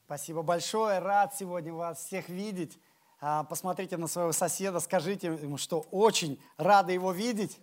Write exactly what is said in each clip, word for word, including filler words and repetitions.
Спасибо большое. Рад сегодня вас всех видеть. Посмотрите на своего соседа, скажите ему, что очень рады его видеть.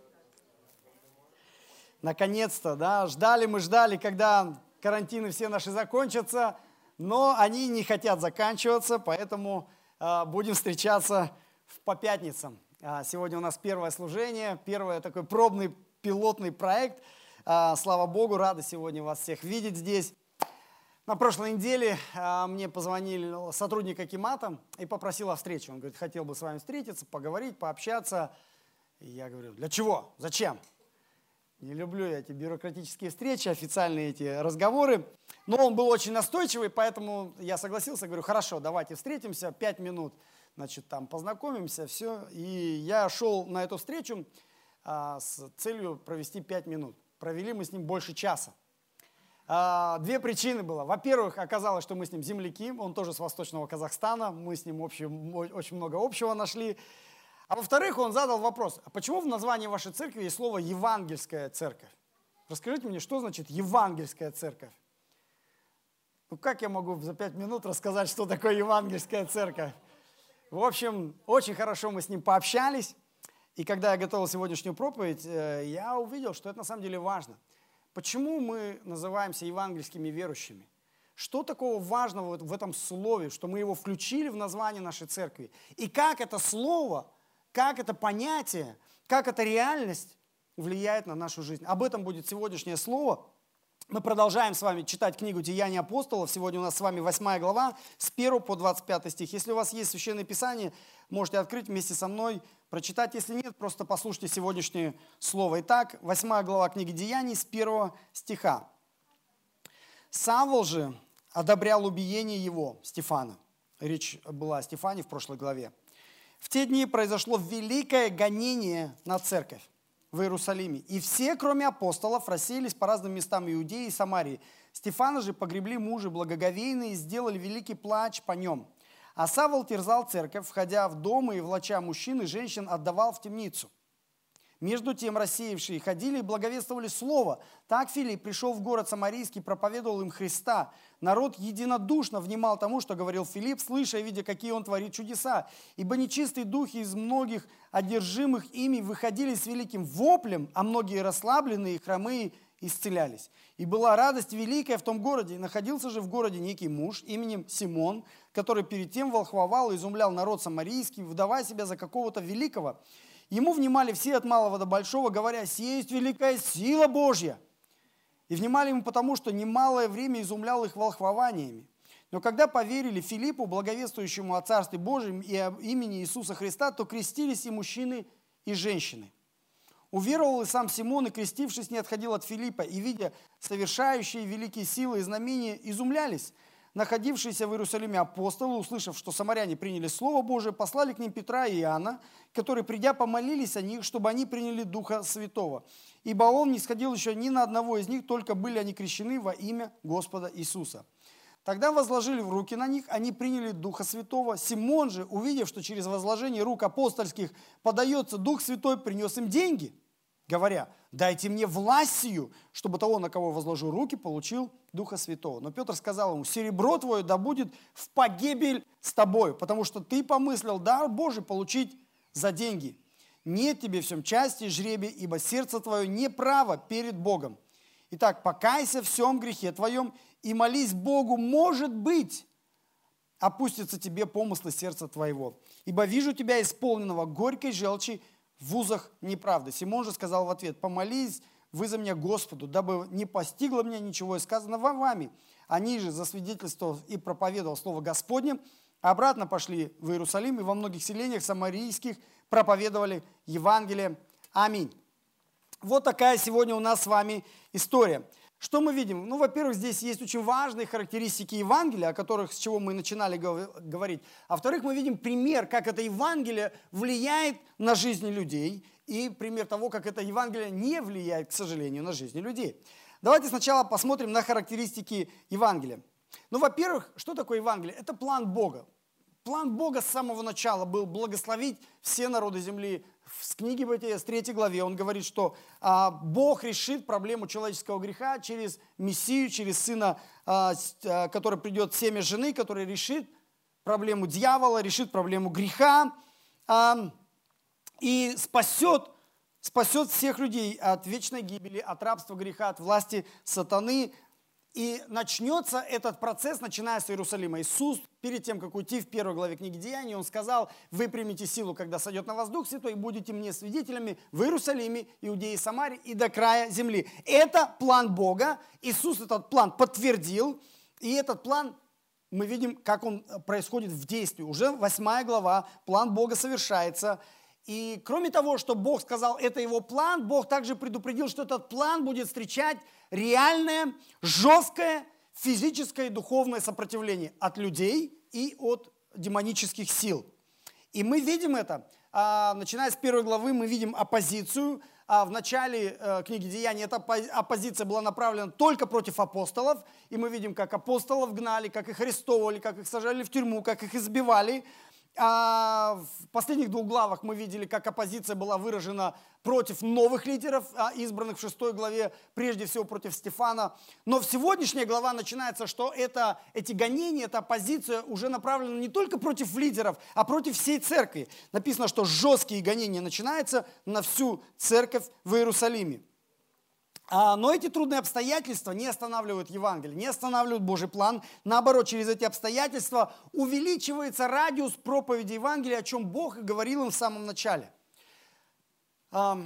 Наконец-то, да, ждали мы, ждали, когда карантины все наши закончатся, но они не хотят заканчиваться, поэтому будем встречаться по пятницам. Сегодня у нас первое служение, первый такой пробный пилотный проект. Слава Богу, рады сегодня вас всех видеть здесь. На прошлой неделе а, мне позвонил сотрудник Акимата и попросил о встрече. Он говорит, хотел бы с вами встретиться, поговорить, пообщаться. И я говорю, для чего? Зачем? Не люблю я эти бюрократические встречи, официальные эти разговоры. Но он был очень настойчивый, поэтому я согласился. Говорю, хорошо, давайте встретимся, пять минут, значит, там познакомимся, все. И я шел на эту встречу а, с целью провести пять минут. Провели мы с ним больше часа. Две причины было. Во-первых, оказалось, что мы с ним земляки, он тоже с Восточного Казахстана, мы с ним общем, очень много общего нашли. А во-вторых, он задал вопрос, а почему в названии вашей церкви есть слово «евангельская церковь»? Расскажите мне, что значит «евангельская церковь»? Ну, как я могу за пять минут рассказать, что такое евангельская церковь? В общем, очень хорошо мы с ним пообщались, и когда я готовил сегодняшнюю проповедь, я увидел, что это на самом деле важно. Почему мы называемся евангельскими верующими? Что такого важного в этом слове, что мы его включили в название нашей церкви? И как это слово, как это понятие, как эта реальность влияет на нашу жизнь? Об этом будет сегодняшнее слово. Мы продолжаем с вами читать книгу «Деяния апостолов». Сегодня у нас с вами восьмая глава, с первого по двадцать пятый стих. Если у вас есть Священное Писание, можете открыть вместе со мной, прочитать. Если нет, просто послушайте сегодняшнее слово. Итак, восьмая глава книги «Деяний» с первого стиха. «Савл же одобрял убиение его, Стефана». Речь была о Стефане в прошлой главе. «В те дни произошло великое гонение на церковь в Иерусалиме. И все, кроме апостолов, рассеялись по разным местам Иудеи и Самарии. Стефана же погребли мужи благоговейные и сделали великий плач по нем. А Савл терзал церковь, входя в дома и влача мужчин и женщин, отдавал в темницу. Между тем рассеявшие ходили и благовествовали слово. Так Филипп пришел в город Самарийский, проповедовал им Христа. Народ единодушно внимал тому, что говорил Филипп, слыша и видя, какие он творит чудеса. Ибо нечистые духи из многих одержимых ими выходили с великим воплем, а многие расслабленные и хромые исцелялись. И была радость великая в том городе. И находился же в городе некий муж именем Симон, который перед тем волхвовал и изумлял народ самарийский, выдавая себя за какого-то великого. Ему внимали все от малого до большого, говоря, «Сие есть великая сила Божья». И внимали ему потому, что немалое время изумлял их волхвованиями. Но когда поверили Филиппу, благовествующему о Царстве Божьем и об имени Иисуса Христа, то крестились и мужчины, и женщины. Уверовал и сам Симон, и, крестившись, не отходил от Филиппа, и, видя совершающие великие силы и знамения, изумлялись. Находившиеся в Иерусалиме апостолы, услышав, что самаряне приняли Слово Божие, послали к ним Петра и Иоанна, которые, придя, помолились о них, чтобы они приняли Духа Святого. Ибо он не сходил еще ни на одного из них, только были они крещены во имя Господа Иисуса. Тогда возложили в руки на них, они приняли Духа Святого. Симон же, увидев, что через возложение рук апостольских подается Дух Святой, принес им деньги, говоря, дайте мне власть сию, чтобы того, на кого возложу руки, получил Духа Святого. Но Петр сказал ему, серебро твое да будет в погибель с тобою, потому что ты помыслил дар Божий получить за деньги. Нет тебе в всем части жребия, ибо сердце твое неправо перед Богом. Итак, покайся в всем грехе твоем и молись Богу, может быть, опустятся тебе помыслы сердца твоего. Ибо вижу тебя исполненного горькой желчи в узах неправды. Симон же сказал в ответ, помолись вы за меня Господу, дабы не постигло меня ничего из сказанного вами. Они же, засвидетельствовав и проповедовал слово Господне, обратно пошли в Иерусалим и во многих селениях самарийских проповедовали Евангелие. Аминь. Вот такая сегодня у нас с вами история. Что мы видим? Ну, во-первых, здесь есть очень важные характеристики Евангелия, о которых, с чего мы начинали говорить. А во-вторых, мы видим пример, как это Евангелие влияет на жизни людей, и пример того, как это Евангелие не влияет, к сожалению, на жизни людей. Давайте сначала посмотрим на характеристики Евангелия. Ну, во-первых, что такое Евангелие? Это план Бога. план Бога с самого начала был благословить все народы земли. В книге Бытия, с третьей главе, он говорит, что а, Бог решит проблему человеческого греха через Мессию, через Сына, а, а, который придет, семя жены, который решит проблему дьявола, решит проблему греха а, и спасет, спасет всех людей от вечной гибели, от рабства греха, от власти сатаны. И начнется этот процесс, начиная с Иерусалима. Иисус, перед тем, как уйти в первой главе книги Деяний, Он сказал: вы примете силу, когда сойдет на вас Дух Святой, и будете мне свидетелями в Иерусалиме, Иудее, Самарии и до края земли. Это план Бога. Иисус этот план подтвердил. И этот план, мы видим, как он происходит в действии. Уже восьмая глава, план Бога совершается. И кроме того, что Бог сказал, это его план, Бог также предупредил, что этот план будет встречать реальное, жесткое физическое и духовное сопротивление от людей и от демонических сил. И мы видим это, начиная с первой главы, мы видим оппозицию. В начале книги Деяний эта оппозиция была направлена только против апостолов. И мы видим, как апостолов гнали, как их арестовывали, как их сажали в тюрьму, как их избивали. А в последних двух главах мы видели, как оппозиция была выражена против новых лидеров, избранных в шестой главе, прежде всего против Стефана. Но в сегодняшняя глава начинается, что это, эти гонения, эта оппозиция уже направлена не только против лидеров, а против всей церкви. Написано, что жесткие гонения начинаются на всю церковь в Иерусалиме. Но эти трудные обстоятельства не останавливают Евангелие, не останавливают Божий план. Наоборот, через эти обстоятельства увеличивается радиус проповеди Евангелия, о чем Бог и говорил им в самом начале. Мы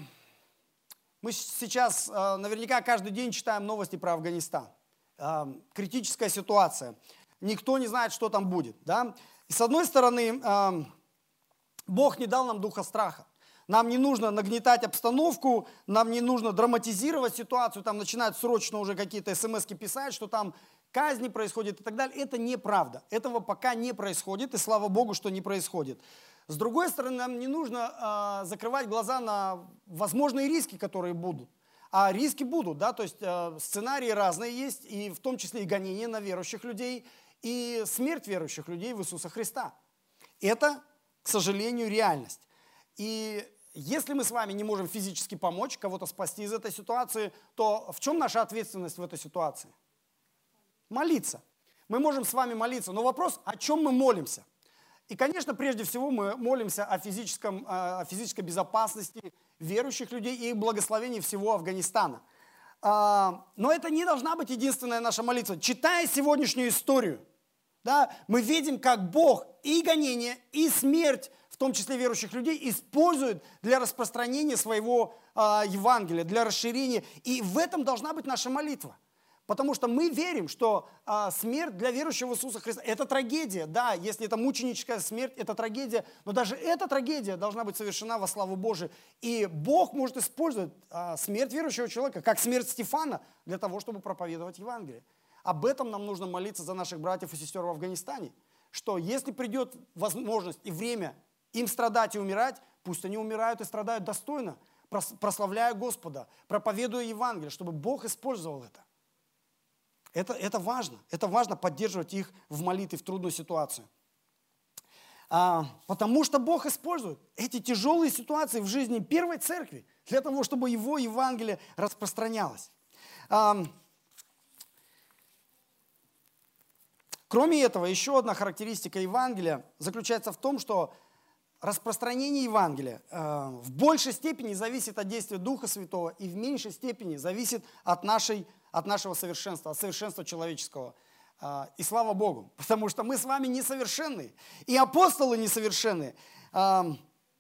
сейчас наверняка каждый день читаем новости про Афганистан. Критическая ситуация. Никто не знает, что там будет. Да? И с одной стороны, Бог не дал нам духа страха. Нам не нужно нагнетать обстановку, нам не нужно драматизировать ситуацию, там начинают срочно уже какие-то смски писать, что там казни происходят и так далее. Это неправда. Этого пока не происходит, и слава Богу, что не происходит. С другой стороны, нам не нужно э, закрывать глаза на возможные риски, которые будут. А риски будут, да, то есть э, сценарии разные есть, и в том числе и гонения на верующих людей, и смерть верующих людей в Иисуса Христа. Это, к сожалению, реальность. И если мы с вами не можем физически помочь, кого-то спасти из этой ситуации, то в чем наша ответственность в этой ситуации? Молиться. Мы можем с вами молиться, но вопрос, о чем мы молимся? И, конечно, прежде всего мы молимся о, физическом, о физической безопасности верующих людей и благословении всего Афганистана. Но это не должна быть единственная наша молитва. Читая сегодняшнюю историю, да, мы видим, как Бог и гонение, и смерть, в том числе верующих людей, использует для распространения своего э, Евангелия, для расширения. И в этом должна быть наша молитва. Потому что мы верим, что э, смерть для верующего в Иисуса Христа – это трагедия. Да, если это мученическая смерть, это трагедия. Но даже эта трагедия должна быть совершена во славу Божию. И Бог может использовать э, смерть верующего человека, как смерть Стефана, для того, чтобы проповедовать Евангелие. Об этом нам нужно молиться за наших братьев и сестер в Афганистане. Что если придет возможность и время им страдать и умирать, пусть они умирают и страдают достойно, прославляя Господа, проповедуя Евангелие, чтобы Бог использовал это. Это, это важно. Это важно поддерживать их в молитве в трудную ситуацию. А, потому что Бог использует эти тяжелые ситуации в жизни первой церкви для того, чтобы Его Евангелие распространялось. А, кроме этого, еще одна характеристика Евангелия заключается в том, что распространение Евангелия э, в большей степени зависит от действия Духа Святого и в меньшей степени зависит от, нашей, от нашего совершенства, от совершенства человеческого. Э, и слава Богу, потому что мы с вами несовершенны, и апостолы несовершенны. Э,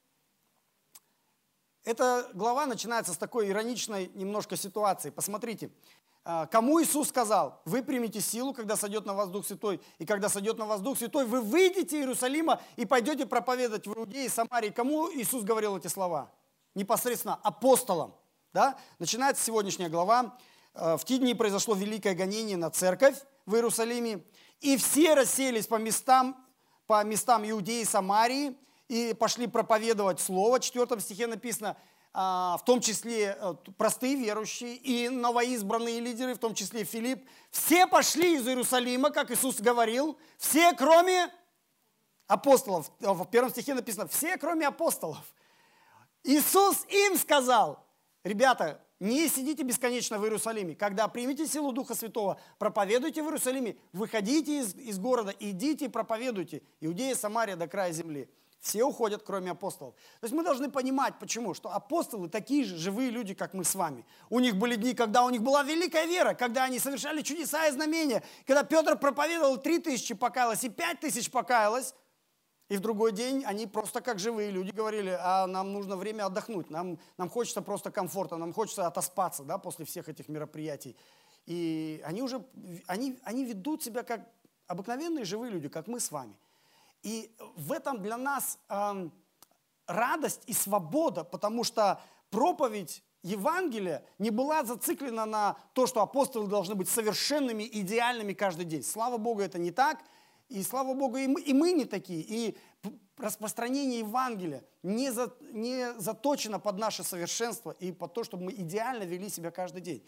эта глава начинается с такой ироничной немножко ситуации. Посмотрите. Кому Иисус сказал: вы примете силу, когда сойдет на вас Дух Святой, и когда сойдет на вас Дух Святой, вы выйдете из Иерусалима и пойдете проповедовать в Иудее и Самарии. Кому Иисус говорил эти слова? Непосредственно апостолам. Да? Начинается сегодняшняя глава. В те дни произошло великое гонение на церковь в Иерусалиме, и все расселись по местам, по местам Иудеи и Самарии, и пошли проповедовать Слово. В четвертом стихе написано: в том числе простые верующие и новоизбранные лидеры, в том числе Филипп, все пошли из Иерусалима, как Иисус говорил, все, кроме апостолов. В первом стихе написано: все, кроме апостолов. Иисус им сказал: ребята, не сидите бесконечно в Иерусалиме. Когда примете силу Духа Святого, проповедуйте в Иерусалиме, выходите из, из города, идите и проповедуйте. Иудея, Самария до края земли. Все уходят, кроме апостолов. То есть мы должны понимать, почему. Что апостолы такие же живые люди, как мы с вами. У них были дни, когда у них была великая вера, когда они совершали чудеса и знамения. Когда Петр проповедовал, три тысячи покаялось и пять тысяч покаялось. И в другой день они просто как живые люди говорили: а нам нужно время отдохнуть, нам, нам хочется просто комфорта, нам хочется отоспаться, да, после всех этих мероприятий. И они уже, они, они ведут себя как обыкновенные живые люди, как мы с вами. И в этом для нас э, радость и свобода, потому что проповедь Евангелия не была зациклена на то, что апостолы должны быть совершенными, идеальными каждый день. Слава Богу, это не так. И слава Богу, и мы, и мы не такие. И распространение Евангелия не, за, не заточено под наше совершенство и под то, чтобы мы идеально вели себя каждый день.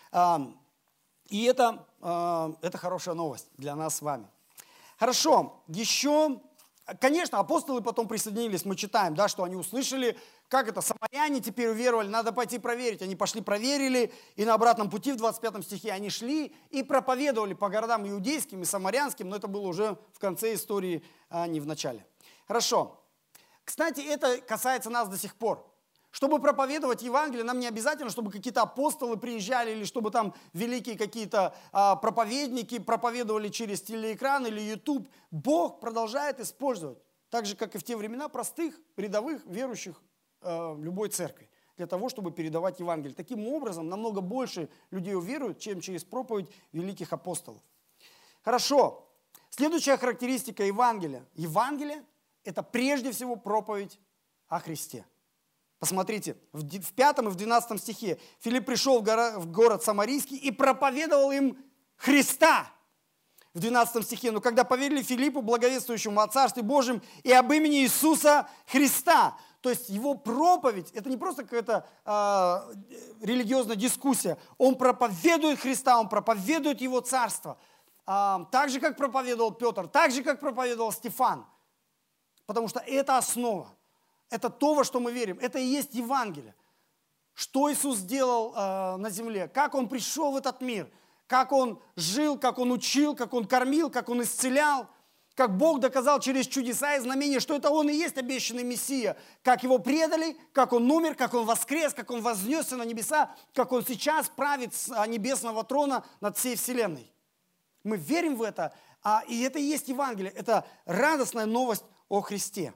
И это, это хорошая новость для нас с вами. Хорошо, еще, конечно, апостолы потом присоединились, мы читаем, да, что они услышали, как это, самаряне теперь уверовали, надо пойти проверить. Они пошли, проверили, и на обратном пути в двадцать пятом стихе они шли и проповедовали по городам иудейским и самарянским, но это было уже в конце истории, а не в начале. Хорошо. Кстати, это касается нас до сих пор. Чтобы проповедовать Евангелие, нам не обязательно, чтобы какие-то апостолы приезжали, или чтобы там великие какие-то а, проповедники проповедовали через телеэкран или YouTube. Бог продолжает использовать, так же, как и в те времена, простых, рядовых, верующих э, любой церкви, для того, чтобы передавать Евангелие. Таким образом, намного больше людей уверуют, чем через проповедь великих апостолов. Хорошо. Следующая характеристика Евангелия. Евангелие – это прежде всего проповедь о Христе. Посмотрите, в пятом и в двенадцатом стихе. Филипп пришел в город Самарийский и проповедовал им Христа. В двенадцатом стихе. Но когда поверили Филиппу, благовествующему о Царстве Божьем и об имени Иисуса Христа. То есть его проповедь, это не просто какая-то э, религиозная дискуссия. Он проповедует Христа, он проповедует его Царство. Э, так же, как проповедовал Петр, так же, как проповедовал Стефан. Потому что это основа. Это то, во что мы верим. Это и есть Евангелие. Что Иисус сделал э, на земле, как Он пришел в этот мир, как Он жил, как Он учил, как Он кормил, как Он исцелял, как Бог доказал через чудеса и знамения, что это Он и есть обещанный Мессия, как Его предали, как Он умер, как Он воскрес, как Он вознесся на небеса, как Он сейчас правит с небесного трона над всей вселенной. Мы верим в это, а, и это и есть Евангелие. Это радостная новость о Христе.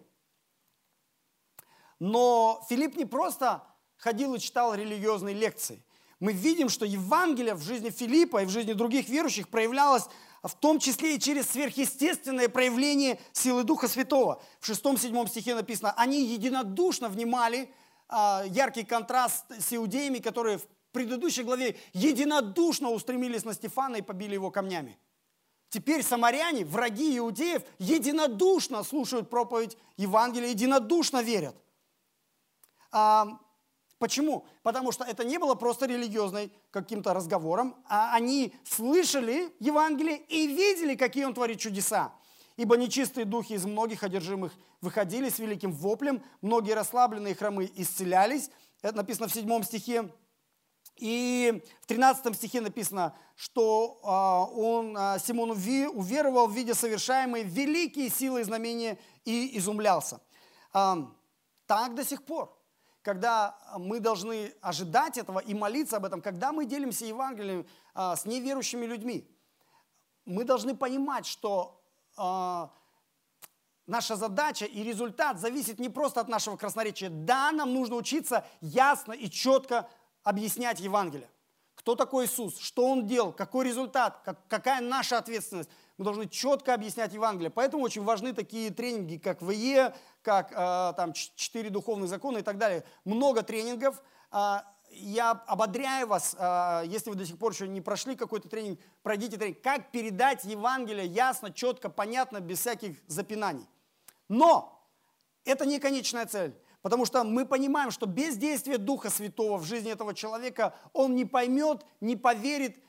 Но Филипп не просто ходил и читал религиозные лекции. Мы видим, что Евангелие в жизни Филиппа и в жизни других верующих проявлялось в том числе и через сверхъестественное проявление силы Духа Святого. В шестом-седьмом стихе написано: они единодушно внимали, яркий контраст с иудеями, которые в предыдущей главе единодушно устремились на Стефана и побили его камнями. Теперь самаряне, враги иудеев, единодушно слушают проповедь Евангелия, единодушно верят. А, почему? Потому что это не было просто религиозным каким-то разговором, а они слышали Евангелие и видели, какие он творит чудеса. Ибо нечистые духи из многих одержимых выходили с великим воплем, многие расслабленные хромы исцелялись. Это написано в седьмом стихе. И в тринадцатом стихе написано, что а, он, а, Симон уверовал, видя совершаемые великие силы и знамения, и изумлялся. А, так до сих пор. Когда мы должны ожидать этого и молиться об этом, когда мы делимся Евангелием а, с неверующими людьми, мы должны понимать, что а, наша задача и результат зависит не просто от нашего красноречия. Да, нам нужно учиться ясно и четко объяснять Евангелие. Кто такой Иисус, что Он делал, какой результат, как, какая наша ответственность. Мы должны четко объяснять Евангелие. Поэтому очень важны такие тренинги, как ВЕ, как э, там, четыре духовных закона и так далее. Много тренингов. Э, я ободряю вас, э, если вы до сих пор еще не прошли какой-то тренинг, пройдите тренинг. Как передать Евангелие ясно, четко, понятно, без всяких запинаний. Но это не конечная цель. Потому что мы понимаем, что без действия Духа Святого в жизни этого человека он не поймет, не поверит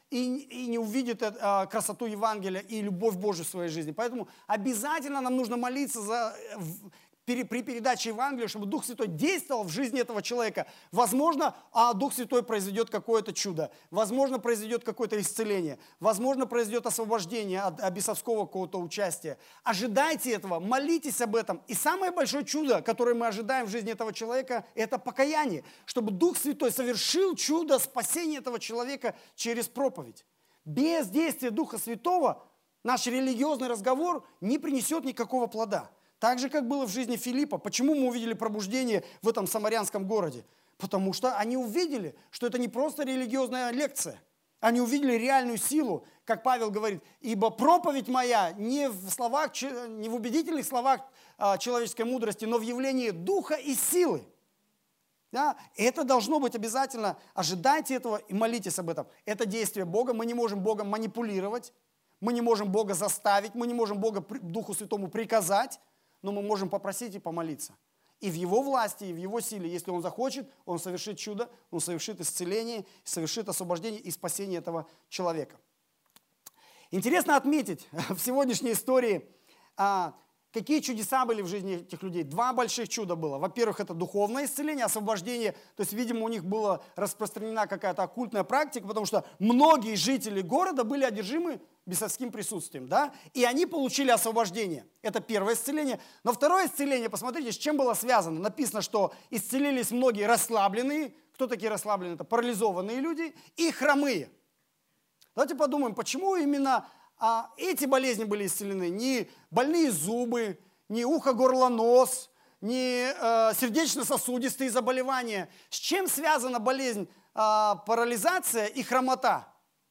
и, и не увидит э, красоту Евангелия и любовь Божию в своей жизни. Поэтому обязательно нам нужно молиться за, в, при, при передаче Евангелия, чтобы Дух Святой действовал в жизни этого человека. Возможно, а Дух Святой произведет какое-то чудо. Возможно, произойдет какое-то исцеление. Возможно, произойдет освобождение от, от бесовского какого-то участия. Ожидайте этого, молитесь об этом. И самое большое чудо, которое мы ожидаем в жизни этого человека, это покаяние. Чтобы Дух Святой совершил чудо спасения этого человека через проповедь. Без действия Духа Святого наш религиозный разговор не принесет никакого плода. Так же, как было в жизни Филиппа. Почему мы увидели пробуждение в этом самарянском городе? Потому что они увидели, что это не просто религиозная лекция. Они увидели реальную силу, как Павел говорит, ибо проповедь моя не в словах, не в убедительных словах человеческой мудрости, но в явлении духа и силы. Да? Это должно быть обязательно. Ожидайте этого и молитесь об этом. Это действие Бога. Мы не можем Богом манипулировать. Мы не можем Бога заставить. Мы не можем Бога Духу Святому приказать. Но мы можем попросить и помолиться. И в Его власти, и в Его силе, если Он захочет, Он совершит чудо, Он совершит исцеление, совершит освобождение и спасение этого человека. Интересно отметить в сегодняшней истории, какие чудеса были в жизни этих людей. Два больших чуда было. Во-первых, это духовное исцеление, освобождение. То есть, видимо, у них была распространена какая-то оккультная практика, потому что многие жители города были одержимы бесовским присутствием, да, и они получили освобождение. Это первое исцеление. Но второе исцеление, посмотрите, с чем было связано. Написано, что исцелились многие расслабленные. Кто такие расслабленные? Это парализованные люди и хромые. Давайте подумаем, почему именно а, эти болезни были исцелены. Не больные зубы, не ухо, горло, нос, не э, сердечно-сосудистые заболевания. С чем связана болезнь э, парализация и хромота?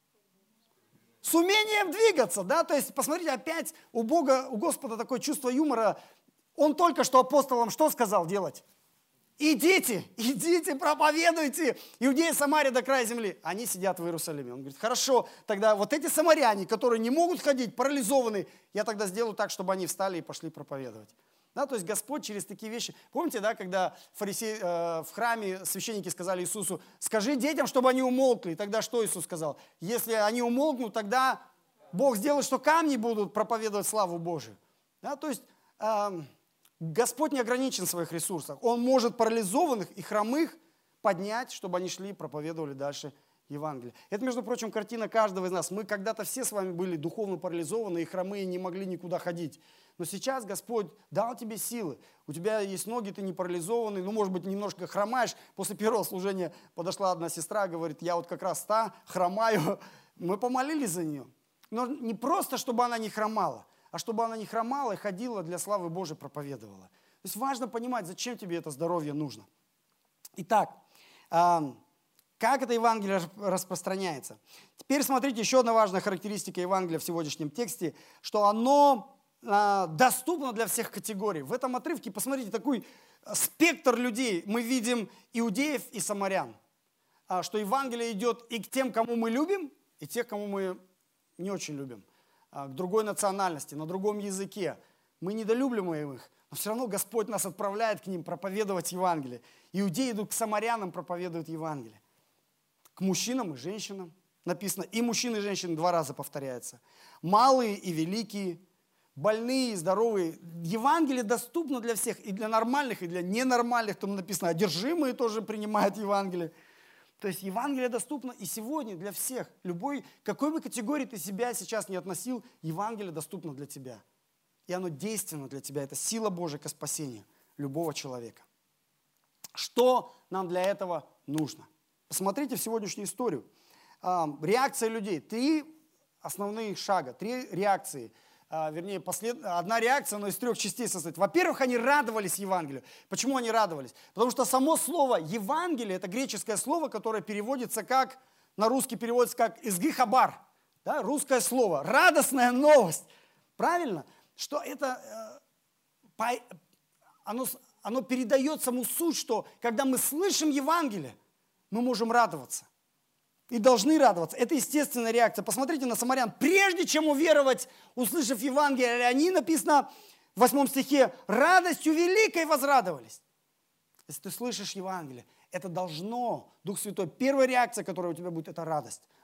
С умением двигаться, да, то есть, посмотрите, опять у Бога, у Господа такое чувство юмора. Он только что апостолам что сказал делать? Идите, идите, проповедуйте. Иудея, Самария до края земли. Они сидят в Иерусалиме. Он говорит, хорошо, тогда вот эти самаряне, которые не могут ходить, парализованные, я тогда сделаю так, чтобы они встали и пошли проповедовать. Да, то есть Господь через такие вещи. Помните, да, когда фарисеи, э, в храме священники сказали Иисусу, скажи детям, чтобы они умолкли. И тогда что Иисус сказал? Если они умолкнут, тогда Бог сделает, что камни будут проповедовать славу Божию. Да, то есть э, Господь не ограничен в своих ресурсах. Он может парализованных и хромых поднять, чтобы они шли и проповедовали дальше Евангелие. Это, между прочим, картина каждого из нас. Мы когда-то все с вами были духовно парализованы и хромые, не могли никуда ходить. Но сейчас Господь дал тебе силы. У тебя есть ноги, ты не парализованный, ну, может быть, немножко хромаешь. После первого служения подошла одна сестра, говорит, я вот как раз та, хромаю. Мы помолились за нее. Но не просто, чтобы она не хромала, а чтобы она не хромала и ходила для славы Божией, проповедовала. То есть важно понимать, зачем тебе это здоровье нужно. Итак, как это Евангелие распространяется? Теперь смотрите, еще одна важная характеристика Евангелия в сегодняшнем тексте, что оно а, доступно для всех категорий. В этом отрывке, посмотрите, такой спектр людей. Мы видим иудеев и самарян. А, что Евангелие идет и к тем, кому мы любим, и тех, кому мы не очень любим. А, к другой национальности, на другом языке. Мы недолюбливаем их, но все равно Господь нас отправляет к ним проповедовать Евангелие. Иудеи идут к самарянам, проповедуют Евангелие. К мужчинам и женщинам. Написано, и мужчины, и женщины два раза повторяется. Малые и великие, больные и здоровые. Евангелие доступно для всех, и для нормальных, и для ненормальных. Там написано, одержимые тоже принимают Евангелие. То есть Евангелие доступно и сегодня для всех. Любой, какой бы категории ты себя сейчас не относил, Евангелие доступно для тебя. И оно действенно для тебя. Это сила Божия к спасению любого человека. Что нам для этого нужно? Посмотрите в сегодняшнюю историю. Реакция людей. Три основных шага, три реакции. Вернее, послед... одна реакция, но из трех частей состоит. Во-первых, они радовались Евангелию. Почему они радовались? Потому что само слово Евангелие, это греческое слово, которое переводится как, на русский переводится как изгихабар. Да, русское слово. Радостная новость. Правильно? Что это, оно, оно передает саму суть, что когда мы слышим Евангелие, мы можем радоваться. И должны радоваться. Это естественная реакция. Посмотрите на самарян. Прежде чем уверовать, услышав Евангелие, они, написано в восьмом стихе, радостью великой возрадовались. Если ты слышишь Евангелие, это должно, Дух Святой, первая реакция, которая у тебя будет, это радость.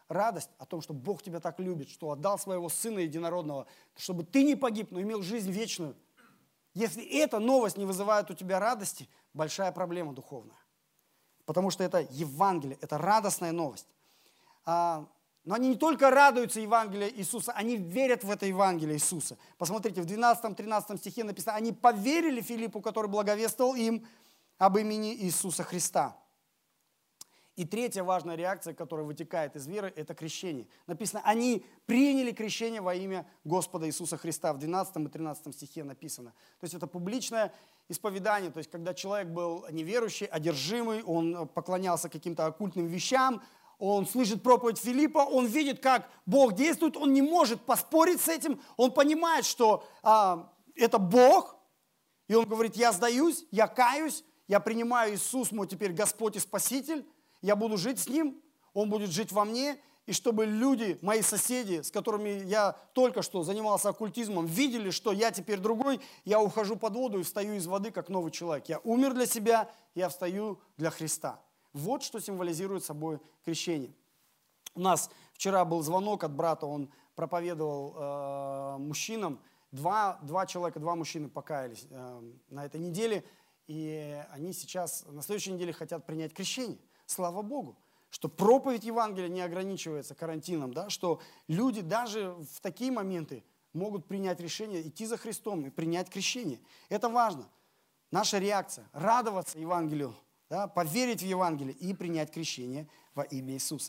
радость о том, что Бог тебя так любит, что отдал своего Сына Единородного, чтобы ты не погиб, но имел жизнь вечную. Если эта новость не вызывает у тебя радости, большая проблема духовная. Потому что это Евангелие, это радостная новость. А, но они не только радуются Евангелию Иисуса, они верят в это Евангелие Иисуса. Посмотрите, в двенадцатом-тринадцатом стихе написано, они поверили Филиппу, который благовествовал им об имени Иисуса Христа. И третья важная реакция, которая вытекает из веры, это крещение. Написано, они приняли крещение во имя Господа Иисуса Христа. В двенадцатом и тринадцатом стихе написано. То есть это публичное исповедание. То есть когда человек был неверующий, одержимый, он поклонялся каким-то оккультным вещам, он слышит проповедь Филиппа, он видит, как Бог действует, он не может поспорить с этим, он понимает, что а, это Бог, и он говорит, я сдаюсь, я каюсь, я принимаю Иисус, мой теперь Господь и Спаситель, я буду жить с Ним, Он будет жить во мне, и чтобы люди, мои соседи, с которыми я только что занимался оккультизмом, видели, что я теперь другой, я ухожу под воду и встаю из воды, как новый человек. Я умер для себя, я встаю для Христа. Вот что символизирует собой крещение. У нас вчера был звонок от брата, он проповедовал э, мужчинам, два, два человека, два мужчины покаялись э, на этой неделе, и они сейчас на следующей неделе хотят принять крещение. Слава Богу, что проповедь Евангелия не ограничивается карантином, да, что люди даже в такие моменты могут принять решение идти за Христом и принять крещение. Это важно. Наша реакция – радоваться Евангелию, да, поверить в Евангелие и принять крещение во имя Иисуса.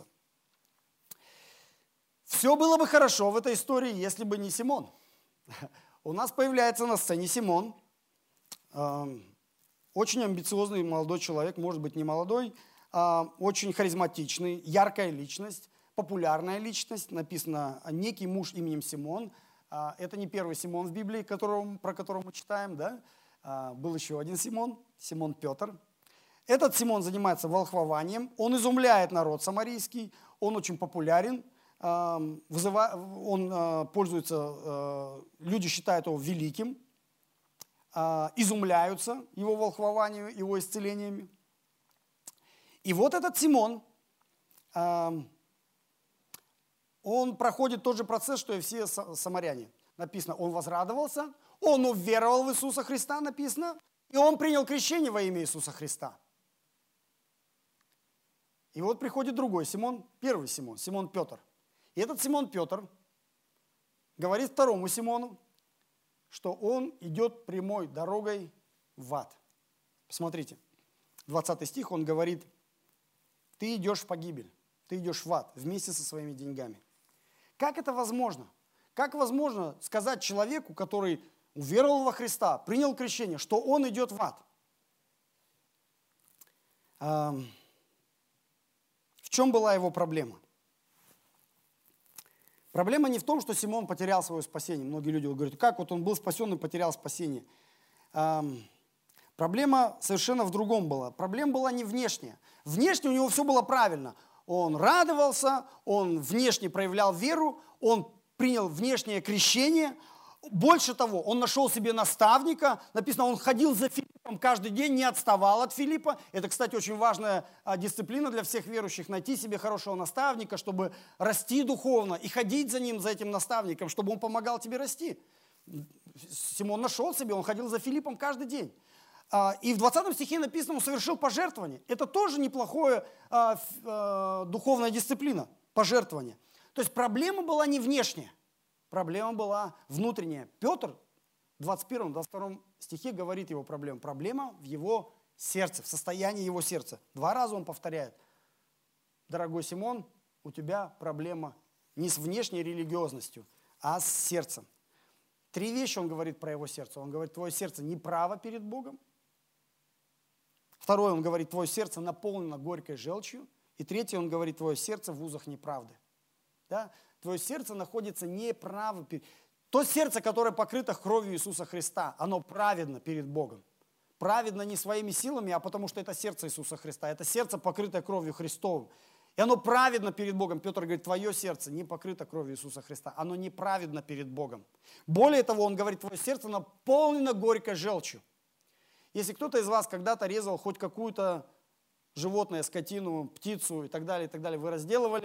Все было бы хорошо в этой истории, если бы не Симон. У нас появляется на сцене Симон, э, очень амбициозный молодой человек, может быть, не молодой, очень харизматичный, яркая личность, популярная личность. Написано «некий муж именем Симон». Это не первый Симон в Библии, которого, про которого мы читаем. Да? Был еще один Симон, Симон Петр. Этот Симон занимается волхвованием, он изумляет народ самарийский, он очень популярен, вызыва... он пользуется, люди считают его великим, изумляются его волхвованию, его исцелениями. И вот этот Симон, он проходит тот же процесс, что и все самаряне. Написано, он возрадовался, он уверовал в Иисуса Христа, написано, и он принял крещение во имя Иисуса Христа. И вот приходит другой Симон, первый Симон, Симон Петр. И этот Симон Петр говорит второму Симону, что он идет прямой дорогой в ад. Посмотрите, двадцатый стих, он говорит, ты идешь в погибель, ты идешь в ад вместе со своими деньгами. Как это возможно? Как возможно сказать человеку, который уверовал во Христа, принял крещение, что он идет в ад? В чем была его проблема? Проблема не в том, что Симон потерял свое спасение. Многие люди говорят, как вот он был спасен и потерял спасение. Проблема совершенно в другом была. Проблема была не внешняя. Внешне у него все было правильно. Он радовался, он внешне проявлял веру, он принял внешнее крещение. Больше того, он нашел себе наставника. Написано, он ходил за Филиппом каждый день, не отставал от Филиппа. Это, кстати, очень важная дисциплина для всех верующих. Найти себе хорошего наставника, чтобы расти духовно и ходить за ним, за этим наставником, чтобы он помогал тебе расти. Симон нашел себе, он ходил за Филиппом каждый день. И в двадцатом стихе написано, он совершил пожертвование. Это тоже неплохая духовная дисциплина, пожертвование. То есть проблема была не внешняя. Проблема была внутренняя. Петр в двадцать первом двадцать втором стихе говорит его проблему. Проблема в его сердце, в состоянии его сердца. Два раза он повторяет. Дорогой Симон, у тебя проблема не с внешней религиозностью, а с сердцем. Три вещи он говорит про его сердце. Он говорит, твое сердце неправо перед Богом. Второе, он говорит, твое сердце наполнено горькой желчью. И третье, он говорит, твое сердце в узах неправды. Да? Твое сердце находится неправо. То сердце, которое покрыто кровью Иисуса Христа, оно праведно перед Богом. Праведно не своими силами, а потому что это сердце Иисуса Христа. Это сердце, покрытое кровью Христовым. И оно праведно перед Богом. Петр говорит, твое сердце не покрыто кровью Иисуса Христа. Оно неправедно перед Богом. Более того, он говорит, твое сердце наполнено горькой желчью. Если кто-то из вас когда-то резал хоть какую-то животное, скотину, птицу и так далее, и так далее, вы разделывали,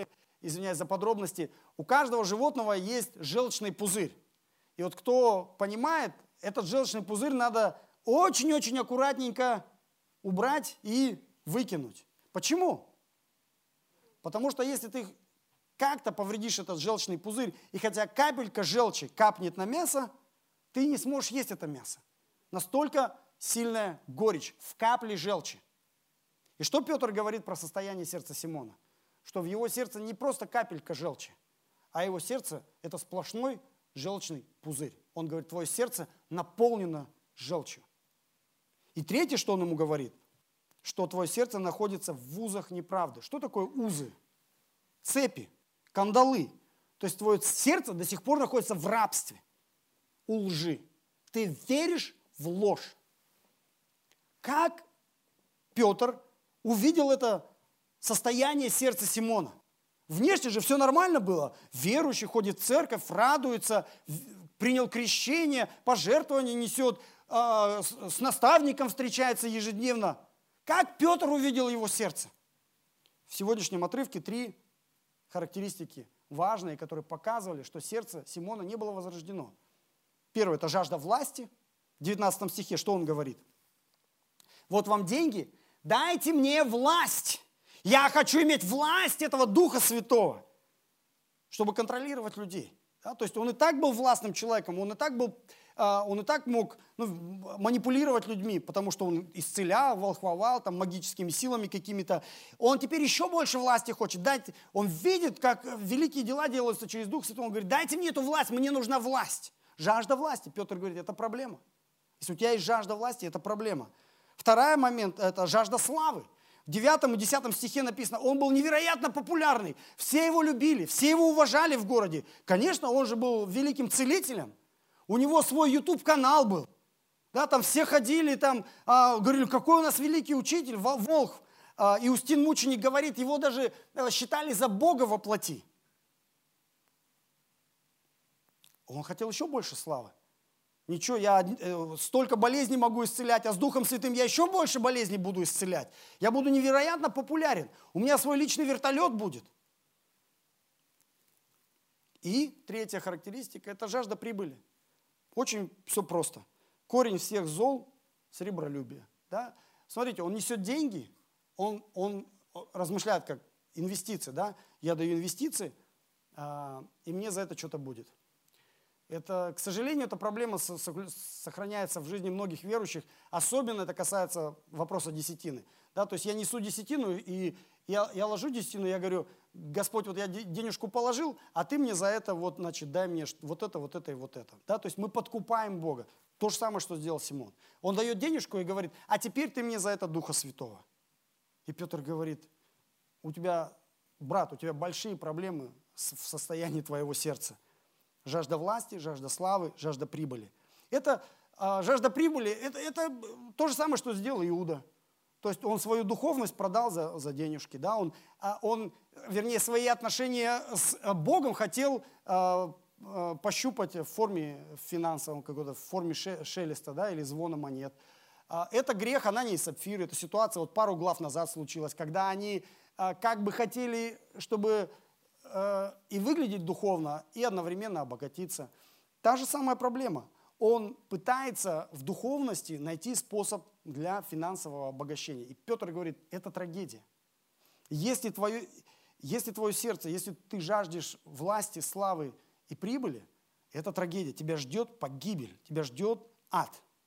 извиняюсь за подробности, у каждого животного есть желчный пузырь. И вот кто понимает, этот желчный пузырь надо очень-очень аккуратненько убрать и выкинуть. Почему? Потому что если ты как-то повредишь этот желчный пузырь, и хотя капелька желчи капнет на мясо, ты не сможешь есть это мясо. Настолько сильная горечь в капле желчи. И что Петр говорит про состояние сердца Симона? Что в его сердце не просто капелька желчи, а его сердце – это сплошной желчный пузырь. Он говорит, твое сердце наполнено желчью. И третье, что он ему говорит, что твое сердце находится в узах неправды. Что такое узы? Цепи, кандалы. То есть твое сердце до сих пор находится в рабстве, у лжи. Ты веришь в ложь. Как Петр увидел это состояние сердца Симона? Внешне же все нормально было. Верующий ходит в церковь, радуется, принял крещение, пожертвование несет, с наставником встречается ежедневно. Как Петр увидел его сердце? В сегодняшнем отрывке три характеристики важные, которые показывали, что сердце Симона не было возрождено. Первое – это жажда власти. В девятнадцатом стихе что он говорит? Вот вам деньги, дайте мне власть. Я хочу иметь власть этого Духа Святого, чтобы контролировать людей. Да? То есть он и так был властным человеком, он и так, был, он и так мог ну, манипулировать людьми, потому что он исцелял, волхвовал там, магическими силами какими-то. Он теперь еще больше власти хочет. Дайте, он видит, как великие дела делаются через Дух Святой. Он говорит, дайте мне эту власть, мне нужна власть. Жажда власти. Петр говорит, это проблема. Если у тебя есть жажда власти, это проблема. Второй момент – это жажда славы. В девятом и десятом стихе написано, он был невероятно популярный, все его любили, все его уважали в городе. Конечно, он же был великим целителем, у него свой ютуб-канал был, да, там все ходили, там, а, говорили, какой у нас великий учитель, Волхв. А, Иустин Мученик говорит, его даже а, считали за Бога во плоти. Он хотел еще больше славы. Ничего, я э, столько болезней могу исцелять, а с Духом Святым я еще больше болезней буду исцелять. Я буду невероятно популярен. У меня свой личный вертолет будет. И третья характеристика – это жажда прибыли. Очень все просто. Корень всех зол – сребролюбие. Да? Смотрите, он несет деньги, он, он размышляет как инвестиции. Да? Я даю инвестиции, а, и мне за это что-то будет. Это, к сожалению, эта проблема сохраняется в жизни многих верующих. Особенно это касается вопроса десятины. Да, то есть я несу десятину, и я, я ложу десятину, я говорю, Господь, вот я денежку положил, а ты мне за это, вот, значит, дай мне вот это, вот это и вот это. Да, то есть мы подкупаем Бога. То же самое, что сделал Симон. Он дает денежку и говорит, а теперь ты мне за это Духа Святого. И Петр говорит, у тебя, брат, у тебя большие проблемы в состоянии твоего сердца. Жажда власти, жажда славы, жажда прибыли. Это а, жажда прибыли, это, это то же самое, что сделал Иуда. То есть он свою духовность продал за, за денежки. Да? Он, а, он, вернее, свои отношения с Богом хотел а, а, пощупать в форме финансовом, какой-то, в форме шелеста, да, или звона монет. А, это грех Анании и Сапфиры. Эта ситуация вот пару глав назад случилась, когда они а, как бы хотели, чтобы и выглядеть духовно, и одновременно обогатиться. Та же самая проблема. Он пытается в духовности найти способ для финансового обогащения. И Петр говорит, это трагедия. Если твое, если твое сердце, если ты жаждешь власти, славы и прибыли, это трагедия. Тебя ждет погибель, тебя ждет ад.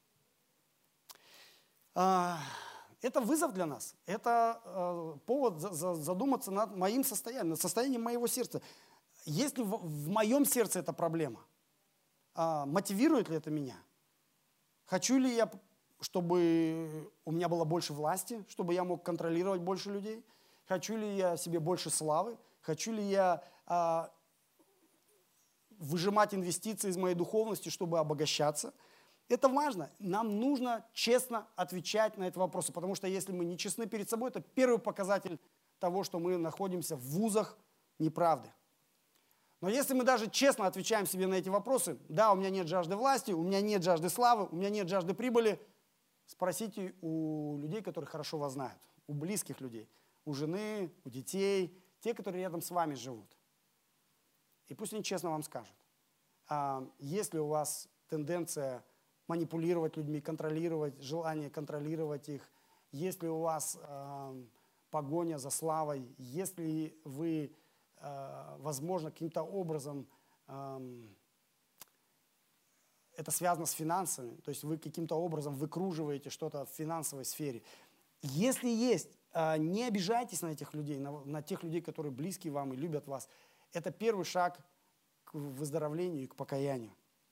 Это вызов для нас, это э, повод за, за, задуматься над моим состоянием, над состоянием моего сердца. Есть ли в, в моем сердце эта проблема? А, мотивирует ли это меня? Хочу ли я, чтобы у меня было больше власти, чтобы я мог контролировать больше людей? Хочу ли я себе больше славы? Хочу ли я а, выжимать инвестиции из моей духовности, чтобы обогащаться? Это важно. Нам нужно честно отвечать на эти вопросы, потому что если мы не честны перед собой, это первый показатель того, что мы находимся в вузах неправды. Но если мы даже честно отвечаем себе на эти вопросы, да, у меня нет жажды власти, у меня нет жажды славы, у меня нет жажды прибыли, спросите у людей, которые хорошо вас знают, у близких людей, у жены, у детей, те, которые рядом с вами живут. И пусть они честно вам скажут, а, есть ли у вас тенденция манипулировать людьми, контролировать, желание контролировать их, есть ли у вас а, погоня за славой, есть ли вы, а, возможно, каким-то образом, а, это связано с финансами, то есть вы каким-то образом выкруживаете что-то в финансовой сфере. Если есть, а, не обижайтесь на этих людей, на, на тех людей, которые близки вам и любят вас. Это первый шаг к выздоровлению и к покаянию.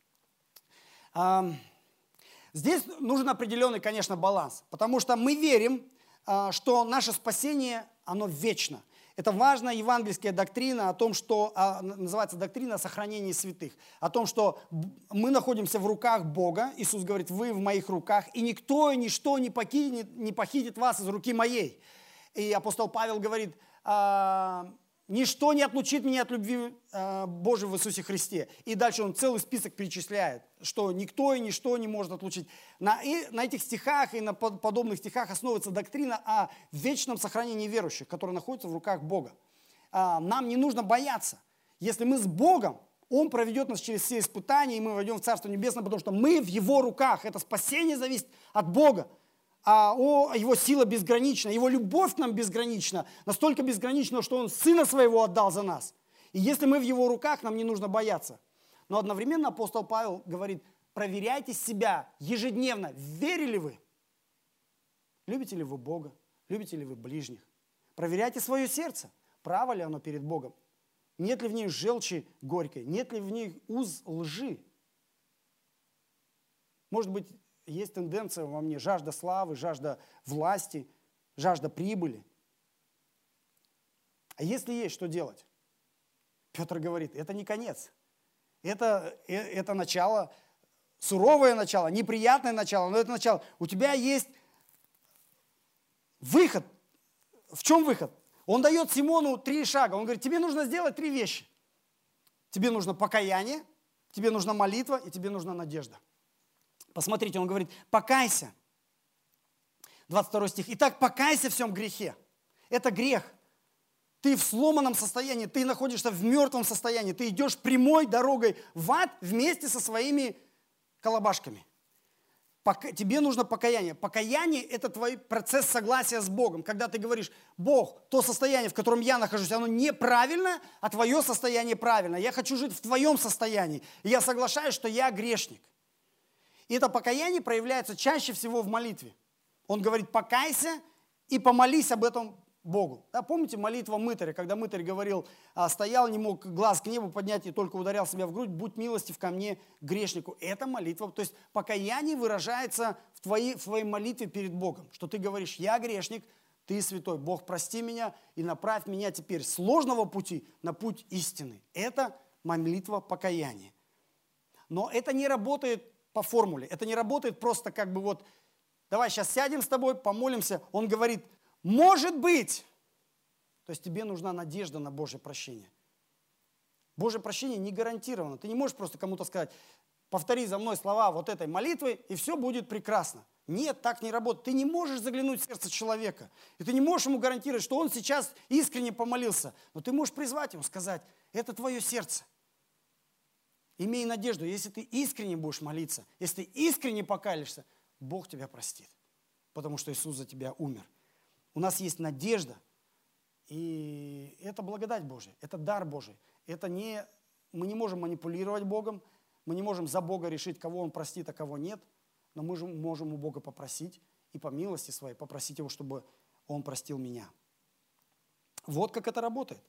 Здесь нужен определенный, конечно, баланс, потому что мы верим, что наше спасение, оно вечно. Это важная евангельская доктрина о том, что называется доктрина о сохранении святых, о том, что мы находимся в руках Бога. Иисус говорит, вы в моих руках, и никто и ничто не похитит, не похитит вас из руки моей. И апостол Павел говорит, ничто не отлучит меня от любви э, Божьей в Иисусе Христе. И дальше он целый список перечисляет, что никто и ничто не может отлучить. На, и, на этих стихах и на под, подобных стихах основывается доктрина о вечном сохранении верующих, которые находятся в руках Бога. А, нам не нужно бояться. Если мы с Богом, Он проведет нас через все испытания, и мы войдем в Царство Небесное, потому что мы в Его руках. Это спасение зависит от Бога. А о, его сила безгранична, его любовь к нам безгранична, настолько безгранична, что он сына своего отдал за нас. И если мы в его руках, нам не нужно бояться. Но одновременно апостол Павел говорит, проверяйте себя ежедневно, верили ли вы, любите ли вы Бога, любите ли вы ближних. Проверяйте свое сердце, право ли оно перед Богом, нет ли в ней желчи горькой, нет ли в ней уз лжи. Может быть, есть тенденция во мне, жажда славы, жажда власти, жажда прибыли. А если есть, что делать? Петр говорит, это не конец. Это, это начало, суровое начало, неприятное начало, но это начало. У тебя есть выход. В чем выход? Он дает Симону три шага. Он говорит, тебе нужно сделать три вещи. Тебе нужно покаяние, тебе нужна молитва и тебе нужна надежда. Посмотрите, он говорит, покайся. двадцать второй стих. Итак, покайся в всем грехе. Это грех. Ты в сломанном состоянии, ты находишься в мертвом состоянии. Ты идешь прямой дорогой в ад вместе со своими колобашками. Тебе нужно покаяние. Покаяние – это твой процесс согласия с Богом. Когда ты говоришь, Бог, то состояние, в котором я нахожусь, оно неправильно, а твое состояние правильно. Я хочу жить в твоем состоянии. И я соглашаюсь, что я грешник. И это покаяние проявляется чаще всего в молитве. Он говорит, покайся и помолись об этом Богу. Да, помните молитва мытаря, когда мытарь говорил, стоял, не мог глаз к небу поднять и только ударял себя в грудь, будь милостив ко мне, грешнику. Это молитва, то есть покаяние выражается в твоей, в твоей молитве перед Богом, что ты говоришь, я грешник, ты святой, Бог, прости меня и направь меня теперь с ложного пути на путь истины. Это молитва покаяния. Но это не работает по формуле. Это не работает просто как бы вот, давай сейчас сядем с тобой, помолимся. Он говорит, может быть. То есть тебе нужна надежда на Божье прощение. Божье прощение не гарантировано. Ты не можешь просто кому-то сказать, повтори за мной слова вот этой молитвы, и все будет прекрасно. Нет, так не работает. Ты не можешь заглянуть в сердце человека. И ты не можешь ему гарантировать, что он сейчас искренне помолился. Но ты можешь призвать ему, сказать, это твое сердце. Имей надежду, если ты искренне будешь молиться, если ты искренне покаялишься, Бог тебя простит, потому что Иисус за тебя умер. У нас есть надежда, и это благодать Божья, это дар Божий. Это не, мы не можем манипулировать Богом, мы не можем за Бога решить, кого Он простит, а кого нет, но мы же можем у Бога попросить и по милости своей попросить Его, чтобы Он простил меня. Вот как это работает.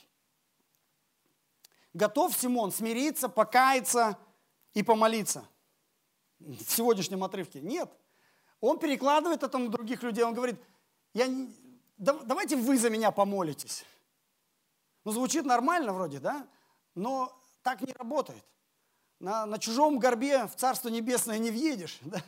Готов Симон смириться, покаяться и помолиться в сегодняшнем отрывке? Нет. Он перекладывает это на других людей. Он говорит, я не... давайте вы за меня помолитесь. Ну, звучит нормально вроде, да? Но так не работает. На, на чужом горбе в Царство Небесное не въедешь. Да?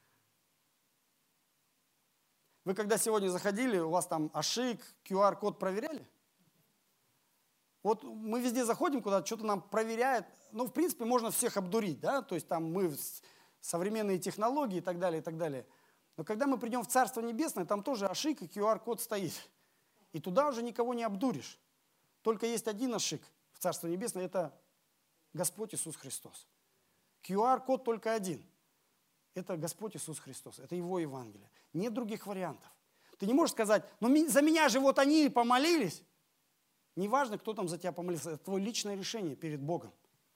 Вы когда сегодня заходили, у вас там Ашик, ку ар код проверяли? Вот мы везде заходим куда-то, что-то нам проверяет. Ну, в принципе, можно всех обдурить, да? То есть там мы современные технологии и так далее, и так далее. Но когда мы придем в Царство Небесное, там тоже Ашик и ку ар код стоит. И туда уже никого не обдуришь. только есть один ашик в Царство Небесное, это Господь Иисус Христос. ку ар-код только один. Это Господь Иисус Христос, это Его Евангелие. Нет других вариантов. Ты не можешь сказать, ну за меня же вот они помолились. Неважно, кто там за тебя помолился, это твое личное решение перед Богом.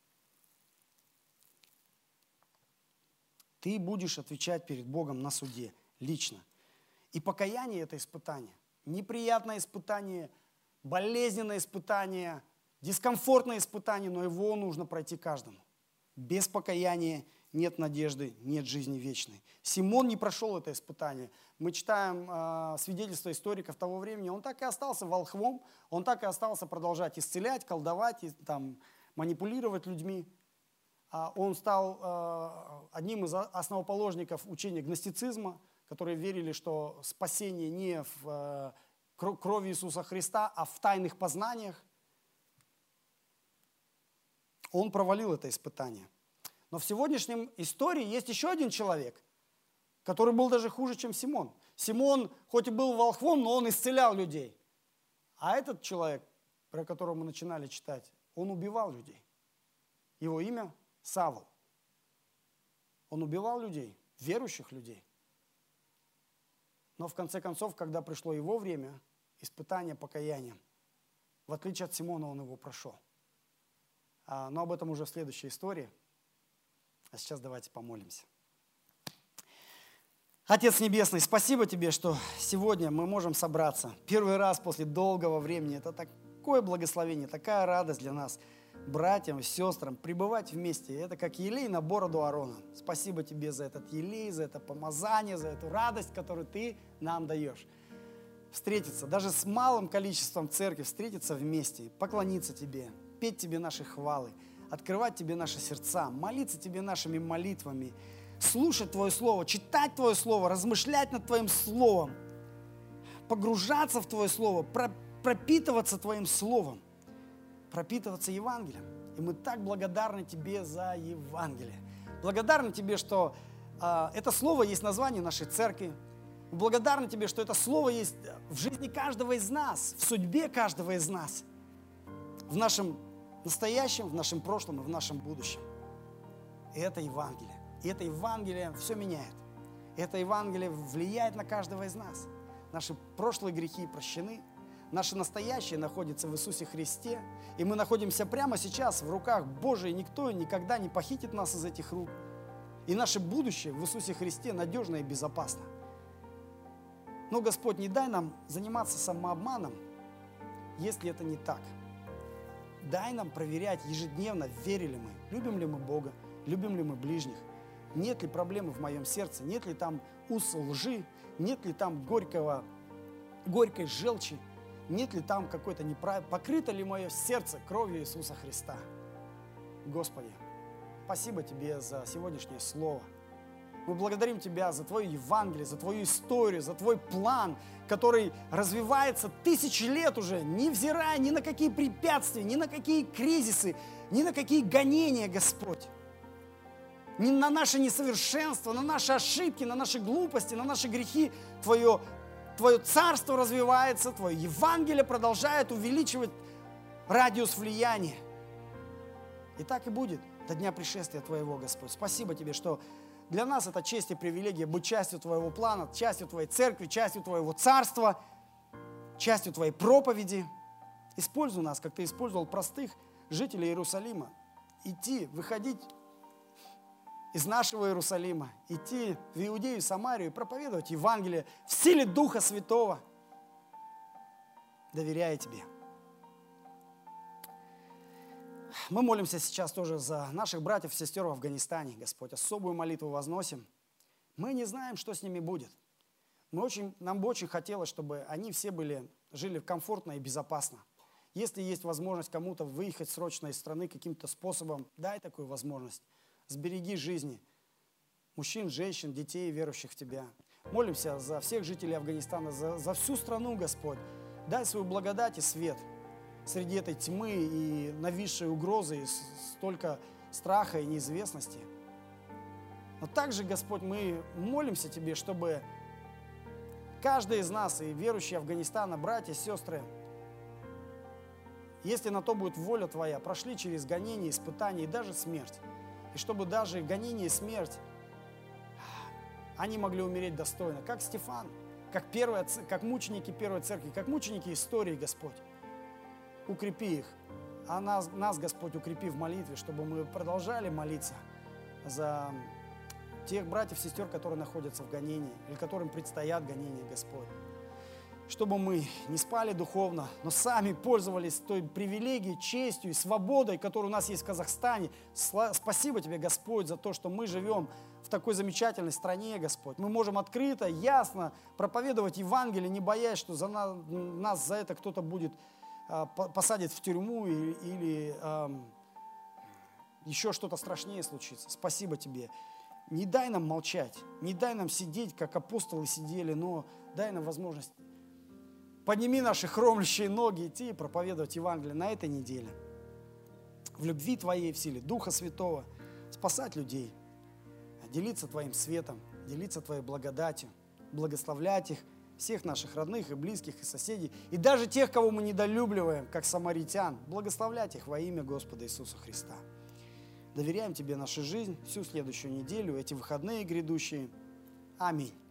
Ты будешь отвечать перед Богом на суде, лично. И покаяние – это испытание. Неприятное испытание, болезненное испытание, дискомфортное испытание, но его нужно пройти каждому. Без покаяния нет надежды, нет жизни вечной. Симон не прошел это испытание. Мы читаем э, свидетельства историков того времени, он так и остался волхвом, он так и остался продолжать исцелять, колдовать, и, там, манипулировать людьми. А он стал э, одним из основоположников учения гностицизма, которые верили, что спасение не в э, крови Иисуса Христа, а в тайных познаниях. Он провалил это испытание. Но в сегодняшнем истории есть еще один человек, который был даже хуже, чем Симон. Симон хоть и был волхвом, но он исцелял людей. А этот человек, про которого мы начинали читать, он убивал людей. Его имя Савл. Он убивал людей, верующих людей. Но в конце концов, когда пришло его время, испытание покаянием, в отличие от Симона, он его прошел. А, но об этом уже в следующей истории. А сейчас давайте помолимся. Отец Небесный, спасибо Тебе, что сегодня мы можем собраться. Первый раз после долгого времени. Это такое благословение, такая радость для нас, братьям и сестрам, пребывать вместе. Это как елей на бороду Аарона. Спасибо Тебе за этот елей, за это помазание, за эту радость, которую Ты нам даешь. Встретиться, даже с малым количеством церкви, встретиться вместе, поклониться Тебе, петь Тебе наши хвалы, открывать Тебе наши сердца, молиться Тебе нашими молитвами, слушать Твое Слово, читать Твое Слово, размышлять над Твоим Словом, погружаться в Твое Слово, пропитываться Твоим Словом, пропитываться Евангелием. И мы так благодарны Тебе за Евангелие. Благодарны Тебе, что э, это Слово есть название нашей церкви. Мы благодарны Тебе, что это Слово есть в жизни каждого из нас, в судьбе каждого из нас, в нашем настоящем, в нашем прошлом и в нашем будущем. И это Евангелие. И это Евангелие все меняет. И это Евангелие влияет на каждого из нас. Наши прошлые грехи прощены. Наше настоящее находится в Иисусе Христе. И мы находимся прямо сейчас в руках Божьей. Никто никогда не похитит нас из этих рук. И наше будущее в Иисусе Христе надежно и безопасно. Но, Господь, не дай нам заниматься самообманом, если это не так. Дай нам проверять ежедневно, верили мы, любим ли мы Бога, любим ли мы ближних, нет ли проблемы в моем сердце, нет ли там уз лжи, нет ли там горького, горькой желчи, нет ли там какой-то неправильности, покрыто ли мое сердце кровью Иисуса Христа. Господи, спасибо Тебе за сегодняшнее слово. Мы благодарим Тебя за Твое Евангелие, за Твою историю, за Твой план, который развивается тысячи лет уже, невзирая ни на какие препятствия, ни на какие кризисы, ни на какие гонения, Господь. Ни на наше несовершенство, на наши ошибки, на наши глупости, на наши грехи. Твое, Твое царство развивается, Твое Евангелие продолжает увеличивать радиус влияния. И так и будет до дня пришествия Твоего, Господь. Спасибо Тебе, что для нас это честь и привилегия быть частью Твоего плана, частью Твоей церкви, частью Твоего царства, частью Твоей проповеди. Используй нас, как Ты использовал простых жителей Иерусалима. Идти, выходить из нашего Иерусалима, идти в Иудею и Самарию, проповедовать Евангелие в силе Духа Святого, доверяя Тебе. Мы молимся сейчас тоже за наших братьев и сестер в Афганистане, Господь. Особую молитву возносим. Мы не знаем, что с ними будет. Мы очень, нам бы очень хотелось, чтобы они все были, жили комфортно и безопасно. Если есть возможность кому-то выехать срочно из страны каким-то способом, дай такую возможность. Сбереги жизни мужчин, женщин, детей, верующих в Тебя. Молимся за всех жителей Афганистана, за, за всю страну, Господь. Дай свою благодать и свет среди этой тьмы и нависшей угрозы, и столько страха и неизвестности. Но также, Господь, мы молимся Тебе, чтобы каждый из нас, и верующие Афганистана, братья, сестры, если на то будет воля Твоя, прошли через гонения, испытания и даже смерть. И чтобы даже гонение и смерть, они могли умереть достойно, как Стефан, как, первая, как мученики первой церкви, как мученики истории, Господь. Укрепи их, а нас, нас, Господь, укрепи в молитве, чтобы мы продолжали молиться за тех братьев, сестер, которые находятся в гонении, или которым предстоят гонения, Господь. Чтобы мы не спали духовно, но сами пользовались той привилегией, честью и свободой, которая у нас есть в Казахстане. Спасибо Тебе, Господь, за то, что мы живем в такой замечательной стране, Господь. Мы можем открыто, ясно проповедовать Евангелие, не боясь, что за нас, нас за это кто-то будет а, посадить в тюрьму или, или а, еще что-то страшнее случится. Спасибо Тебе. Не дай нам молчать, не дай нам сидеть, как апостолы сидели, но дай нам возможность. Подними наши хромлющие ноги, идти и проповедовать Евангелие на этой неделе. В любви Твоей, в силе Духа Святого, спасать людей, делиться Твоим светом, делиться Твоей благодатью, благословлять их, всех наших родных и близких, и соседей, и даже тех, кого мы недолюбливаем, как самаритян, благословлять их во имя Господа Иисуса Христа. Доверяем Тебе нашу жизнь, всю следующую неделю, эти выходные грядущие. Аминь.